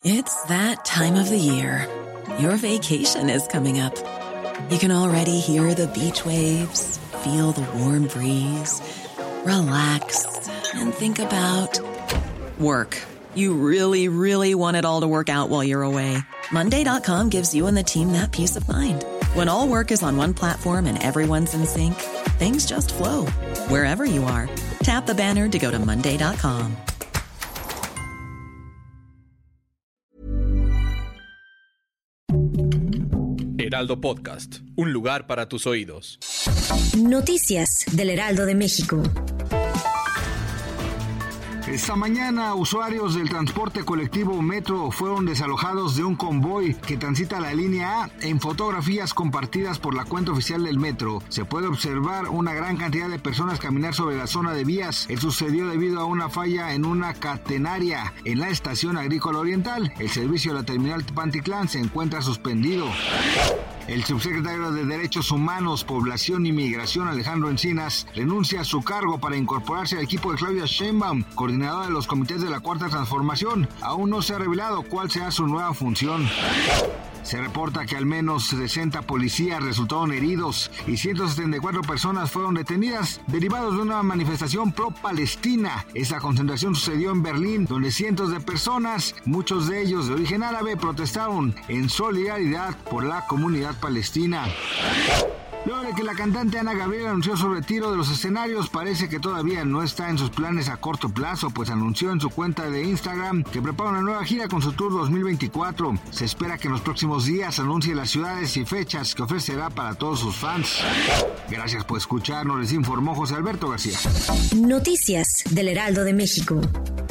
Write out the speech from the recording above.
It's that time of the year. Your vacation is coming up. You can already hear the beach waves, feel the warm breeze, relax, and think about work. You really, really want it all to work out while you're away. Monday.com gives you and the team that peace of mind. When all work is on one platform and everyone's in sync, things just flow. Wherever you are, tap the banner to go to Monday.com. Heraldo Podcast, un lugar para tus oídos. Noticias del Heraldo de México. Esta mañana, usuarios del transporte colectivo Metro fueron desalojados de un convoy que transita la línea A. En fotografías compartidas por la cuenta oficial del Metro, se puede observar una gran cantidad de personas caminar sobre la zona de vías. Esto sucedió debido a una falla en una catenaria en la estación agrícola oriental. El servicio de la terminal Pantitlán se encuentra suspendido. El subsecretario de Derechos Humanos, Población y Migración, Alejandro Encinas, renuncia a su cargo para incorporarse al equipo de Claudia Sheinbaum, coordinadora de los comités de la Cuarta Transformación. Aún no se ha revelado cuál será su nueva función. Se reporta que al menos 60 policías resultaron heridos y 174 personas fueron detenidas derivados de una manifestación pro-Palestina. Esta concentración sucedió en Berlín, donde cientos de personas, muchos de ellos de origen árabe, protestaron en solidaridad por la comunidad palestina. Luego de que la cantante Ana Gabriel anunció su retiro de los escenarios, parece que todavía no está en sus planes a corto plazo, pues anunció en su cuenta de Instagram que prepara una nueva gira con su tour 2024. Se espera que en los próximos días anuncie las ciudades y fechas que ofrecerá para todos sus fans. Gracias por escucharnos, les informó José Alberto García. Noticias del Heraldo de México.